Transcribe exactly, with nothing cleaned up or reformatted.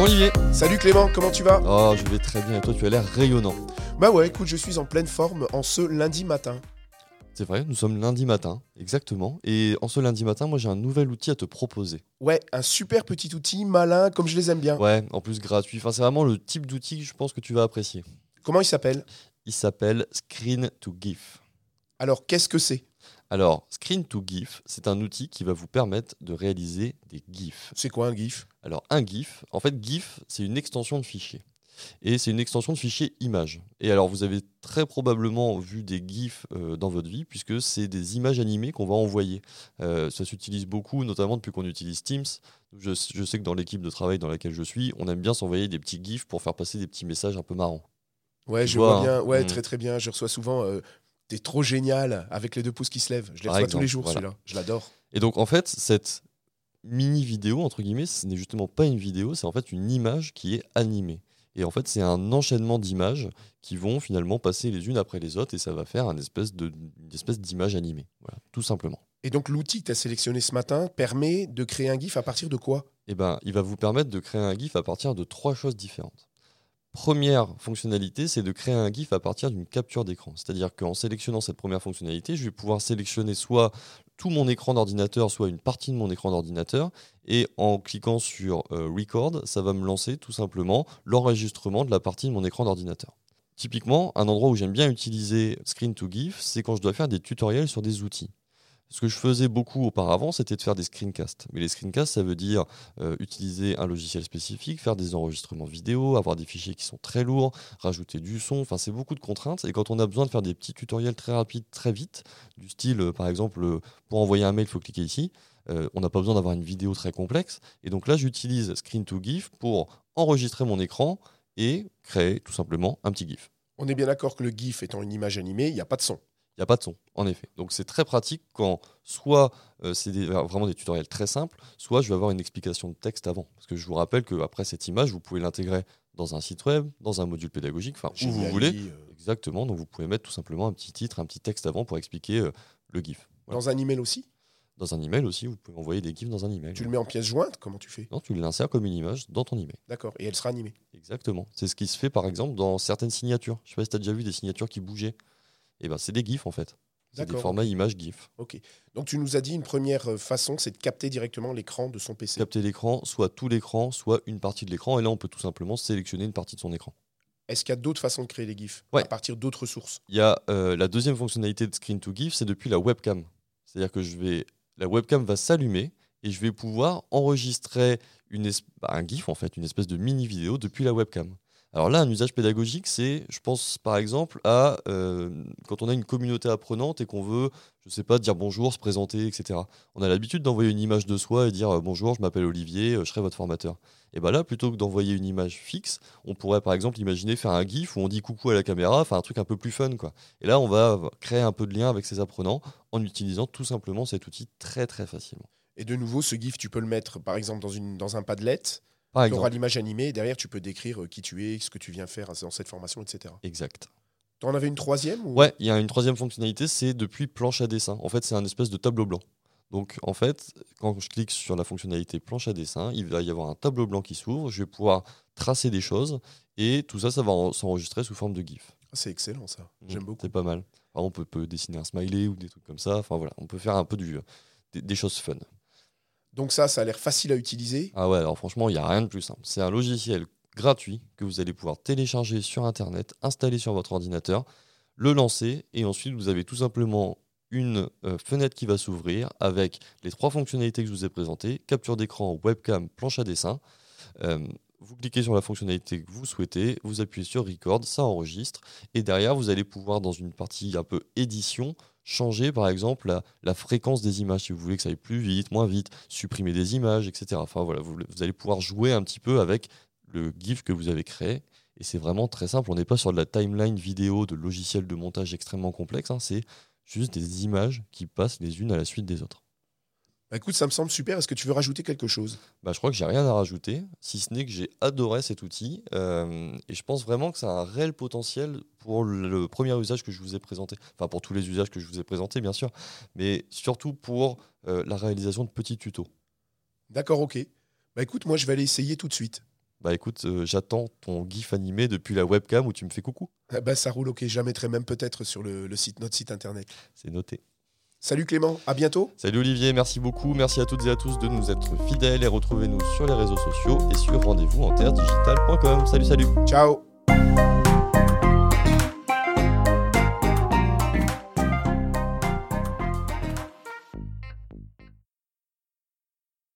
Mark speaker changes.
Speaker 1: Bonjour Olivier.
Speaker 2: Salut Clément, comment tu vas?
Speaker 1: Oh, je vais très bien et toi tu as l'air rayonnant.
Speaker 2: Bah ouais, écoute, je suis en pleine forme en ce lundi matin.
Speaker 1: C'est vrai, nous sommes lundi matin, exactement. Et en ce lundi matin, moi j'ai un nouvel outil à te proposer.
Speaker 2: Ouais, un super petit outil, malin, comme je les aime bien.
Speaker 1: Ouais, en plus gratuit. Enfin, c'est vraiment le type d'outil que je pense que tu vas apprécier.
Speaker 2: Comment il s'appelle?
Speaker 1: Il s'appelle Screen to GIF.
Speaker 2: Alors, qu'est-ce que c'est?
Speaker 1: Alors, Screen to GIF, c'est un outil qui va vous permettre de réaliser des GIFs.
Speaker 2: C'est quoi un GIF?
Speaker 1: Alors, un GIF, en fait, GIF, c'est une extension de fichier. Et c'est une extension de fichier image. Et alors, vous avez très probablement vu des GIFs euh, dans votre vie, puisque c'est des images animées qu'on va envoyer. Euh, ça s'utilise beaucoup, notamment depuis qu'on utilise Teams. Je, je sais que dans l'équipe de travail dans laquelle je suis, on aime bien s'envoyer des petits GIFs pour faire passer des petits messages un peu marrants.
Speaker 2: Ouais,
Speaker 1: Tu
Speaker 2: je
Speaker 1: vois,
Speaker 2: vois bien.
Speaker 1: hein.
Speaker 2: Ouais,
Speaker 1: Mmh.
Speaker 2: très très bien. Je reçois souvent euh, T'es trop génial avec les deux pouces qui se lèvent. Je les
Speaker 1: Par
Speaker 2: reçois tous les
Speaker 1: exemple,
Speaker 2: jours,
Speaker 1: voilà.
Speaker 2: celui-là. Je l'adore.
Speaker 1: Et donc, en fait, cette mini vidéo, entre guillemets, ce n'est justement pas une vidéo, c'est en fait une image qui est animée. Et en fait, c'est un enchaînement d'images qui vont finalement passer les unes après les autres et ça va faire un espèce de, une espèce d'image animée. Voilà, tout simplement.
Speaker 2: Et donc, l'outil que tu as sélectionné ce matin permet de créer un GIF à partir de quoi?
Speaker 1: Et ben, il va vous permettre de créer un GIF à partir de trois choses différentes. Première fonctionnalité, c'est de créer un GIF à partir d'une capture d'écran. C'est-à-dire qu'en sélectionnant cette première fonctionnalité, je vais pouvoir sélectionner soit tout mon écran d'ordinateur, soit une partie de mon écran d'ordinateur. Et en cliquant sur euh, Record, ça va me lancer tout simplement l'enregistrement de la partie de mon écran d'ordinateur. Typiquement, un endroit où j'aime bien utiliser Screen to GIF, c'est quand je dois faire des tutoriels sur des outils. Ce que je faisais beaucoup auparavant, c'était de faire des screencasts. Mais les screencasts, ça veut dire euh, utiliser un logiciel spécifique, faire des enregistrements vidéo, avoir des fichiers qui sont très lourds, rajouter du son. Enfin, c'est beaucoup de contraintes. Et quand on a besoin de faire des petits tutoriels très rapides, très vite, du style, euh, par exemple, euh, pour envoyer un mail, il faut cliquer ici. Euh, on n'a pas besoin d'avoir une vidéo très complexe. Et donc là, j'utilise Screen to GIF pour enregistrer mon écran et créer tout simplement un petit GIF.
Speaker 2: On est bien d'accord que le GIF étant une image animée, il n'y a pas de son.
Speaker 1: Il n'y a pas de son, en effet. Donc c'est très pratique quand soit euh, c'est des- vraiment des tutoriels très simples, soit je vais avoir une explication de texte avant. Parce que je vous rappelle qu'après cette image, vous pouvez l'intégrer dans un site web, dans un module pédagogique, enfin où vous
Speaker 2: Génial,
Speaker 1: voulez.
Speaker 2: euh,
Speaker 1: Exactement, donc vous pouvez mettre tout simplement un petit titre, un petit texte avant pour expliquer euh, le GIF. Voilà.
Speaker 2: Dans un email aussi?
Speaker 1: Dans un email aussi, vous pouvez envoyer des GIFs dans un email.
Speaker 2: Tu le mets en pièce jointe? Comment tu fais?
Speaker 1: Non, tu l'insères comme une image dans ton email.
Speaker 2: D'accord. Et elle sera animée.
Speaker 1: Exactement. C'est ce qui se fait par exemple dans certaines signatures. Je ne sais pas si tu as déjà vu des signatures qui bougeaient. Et ben c'est des GIFs en fait. C'est des
Speaker 2: D'accord,
Speaker 1: formats
Speaker 2: ok.
Speaker 1: images GIF.
Speaker 2: Ok. Donc tu nous as dit une première euh, façon, c'est de capter directement l'écran de son P C.
Speaker 1: Capter l'écran, soit tout l'écran, soit une partie de l'écran. Et là, on peut tout simplement sélectionner une partie de son écran.
Speaker 2: Est-ce qu'il y a d'autres façons de créer les GIFs
Speaker 1: Ouais.
Speaker 2: à partir d'autres sources?
Speaker 1: Il y a euh, la deuxième fonctionnalité de Screen to GIF, c'est depuis la webcam. C'est-à-dire que je vais, la webcam va s'allumer et je vais pouvoir enregistrer une es- bah, un GIF, en fait, une espèce de mini vidéo depuis la webcam. Alors là, un usage pédagogique, c'est, je pense par exemple à euh, quand on a une communauté apprenante et qu'on veut, je sais pas, dire bonjour, se présenter, et cetera. On a l'habitude d'envoyer une image de soi et dire euh, bonjour, je m'appelle Olivier, euh, je serai votre formateur. Et bien là, plutôt que d'envoyer une image fixe, on pourrait par exemple imaginer faire un GIF où on dit coucou à la caméra, enfin un truc un peu plus fun, quoi. Et là, on va créer un peu de lien avec ses apprenants en utilisant tout simplement cet outil très très facilement.
Speaker 2: Et de nouveau, ce GIF, tu peux le mettre par exemple dans, une, dans un Padlet.
Speaker 1: Par
Speaker 2: Tu auras
Speaker 1: exemple.
Speaker 2: l'image animée et derrière, tu peux décrire euh, qui tu es, ce que tu viens faire dans cette formation, et cetera.
Speaker 1: Exact.
Speaker 2: Tu en avais une troisième ou...
Speaker 1: Ouais, il y a une troisième fonctionnalité, c'est depuis planche à dessin. En fait, c'est un espèce de tableau blanc. Donc, en fait, quand je clique sur la fonctionnalité planche à dessin, il va y avoir un tableau blanc qui s'ouvre. Je vais pouvoir tracer des choses et tout ça, ça va en- s'enregistrer sous forme de GIF.
Speaker 2: Ah, c'est excellent ça.
Speaker 1: Mmh,
Speaker 2: J'aime beaucoup.
Speaker 1: C'est pas mal. Par exemple, on peut, peut dessiner un smiley ou des trucs comme ça. Enfin voilà, on peut faire un peu du, des, des choses fun.
Speaker 2: Donc ça, ça a l'air facile à utiliser.
Speaker 1: Ah ouais, alors franchement, il n'y a rien de plus simple. C'est un logiciel gratuit que vous allez pouvoir télécharger sur Internet, installer sur votre ordinateur, le lancer, et ensuite vous avez tout simplement une euh, fenêtre qui va s'ouvrir avec les trois fonctionnalités que je vous ai présentées, capture d'écran, webcam, planche à dessin. Euh, vous cliquez sur la fonctionnalité que vous souhaitez, vous appuyez sur Record, ça enregistre, et derrière vous allez pouvoir, dans une partie un peu édition, changer par exemple la, la fréquence des images, si vous voulez que ça aille plus vite, moins vite, supprimer des images, et cetera. Enfin voilà, vous, vous allez pouvoir jouer un petit peu avec le GIF que vous avez créé, et c'est vraiment très simple, on n'est pas sur de la timeline vidéo de logiciels de montage extrêmement complexe, hein, c'est juste des images qui passent les unes à la suite des autres.
Speaker 2: Bah, écoute, ça me semble super. Est-ce que tu veux rajouter quelque chose?
Speaker 1: Bah, je crois que j'ai rien à rajouter, si ce n'est que j'ai adoré cet outil euh, et je pense vraiment que ça a un réel potentiel pour le premier usage que je vous ai présenté. Enfin, pour tous les usages que je vous ai présentés, bien sûr, mais surtout pour euh, la réalisation de petits tutos.
Speaker 2: D'accord, ok. Bah écoute, moi je vais aller essayer tout de suite.
Speaker 1: Bah écoute, euh, j'attends ton gif animé depuis la webcam où tu me fais coucou.
Speaker 2: Eh ben, ça roule, ok. Je la mettrai même peut-être sur le, le site, notre site internet.
Speaker 1: C'est noté.
Speaker 2: Salut Clément, à bientôt.
Speaker 1: Salut Olivier, merci beaucoup. Merci à toutes et à tous de nous être fidèles et retrouvez-nous sur les réseaux sociaux et sur rendez-vous en terre digitale point com. Salut, salut.
Speaker 2: Ciao.